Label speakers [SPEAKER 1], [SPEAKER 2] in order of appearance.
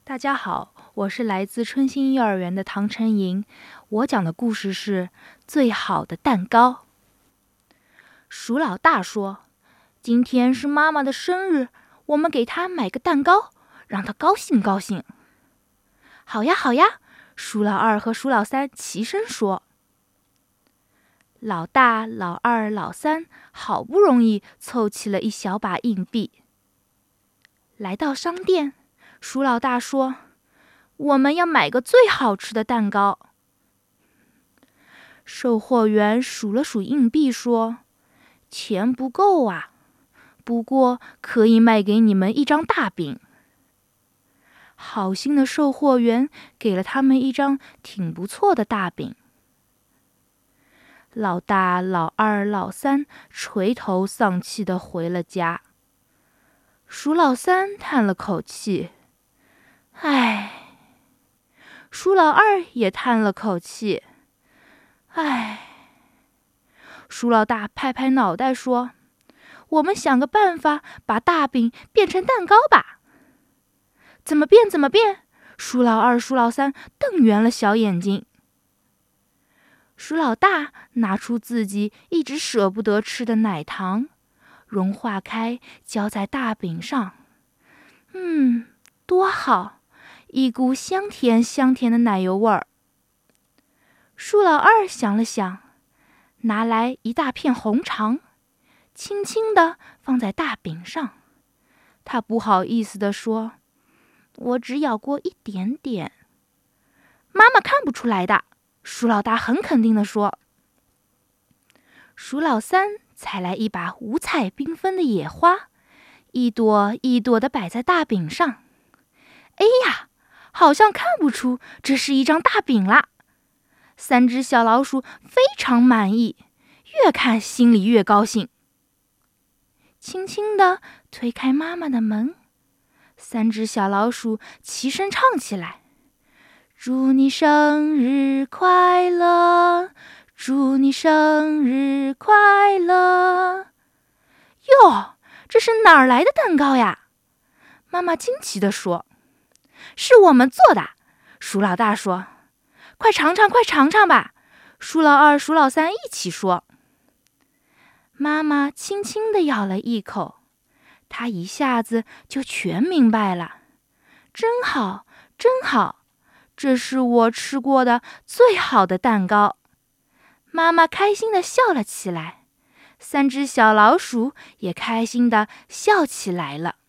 [SPEAKER 1] 大家好，我是来自春心幼儿园的唐晨莹。我讲的故事是最好的蛋糕。鼠老大说，今天是妈妈的生日，我们给她买个蛋糕，让她高兴高兴。好呀好呀，鼠老二和鼠老三齐声说。老大、老二、老三好不容易凑齐了一小把硬币。来到商店，鼠老大说，我们要买个最好吃的蛋糕。售货员数了数硬币说，钱不够啊，不过可以卖给你们一张大饼。好心的售货员给了他们一张挺不错的大饼。老大、老二、老三垂头丧气地回了家。鼠老三叹了口气，唉。鼠老二也叹了口气，唉。鼠老大拍拍脑袋说，我们想个办法把大饼变成蛋糕吧。怎么变怎么变？鼠老二、鼠老三瞪圆了小眼睛。鼠老大拿出自己一直舍不得吃的奶糖，融化开，浇在大饼上。多好，一股香甜香甜的奶油味儿。鼠老二想了想，拿来一大片红肠，轻轻地放在大饼上。他不好意思地说，我只咬过一点点。妈妈看不出来的，鼠老大很肯定地说。鼠老三采来一把五彩缤纷的野花，一朵一朵地摆在大饼上。哎呀，好像看不出这是一张大饼啦。三只小老鼠非常满意，越看心里越高兴。轻轻地推开妈妈的门，三只小老鼠齐声唱起来，祝你生日快乐，祝你生日快乐。哟，这是哪儿来的蛋糕呀？妈妈惊奇地说。是我们做的，鼠老大说。快尝尝，快尝尝吧！鼠老二、鼠老三一起说。妈妈轻轻地咬了一口，她一下子就全明白了。真好，真好，这是我吃过的最好的蛋糕。妈妈开心地笑了起来，三只小老鼠也开心地笑起来了。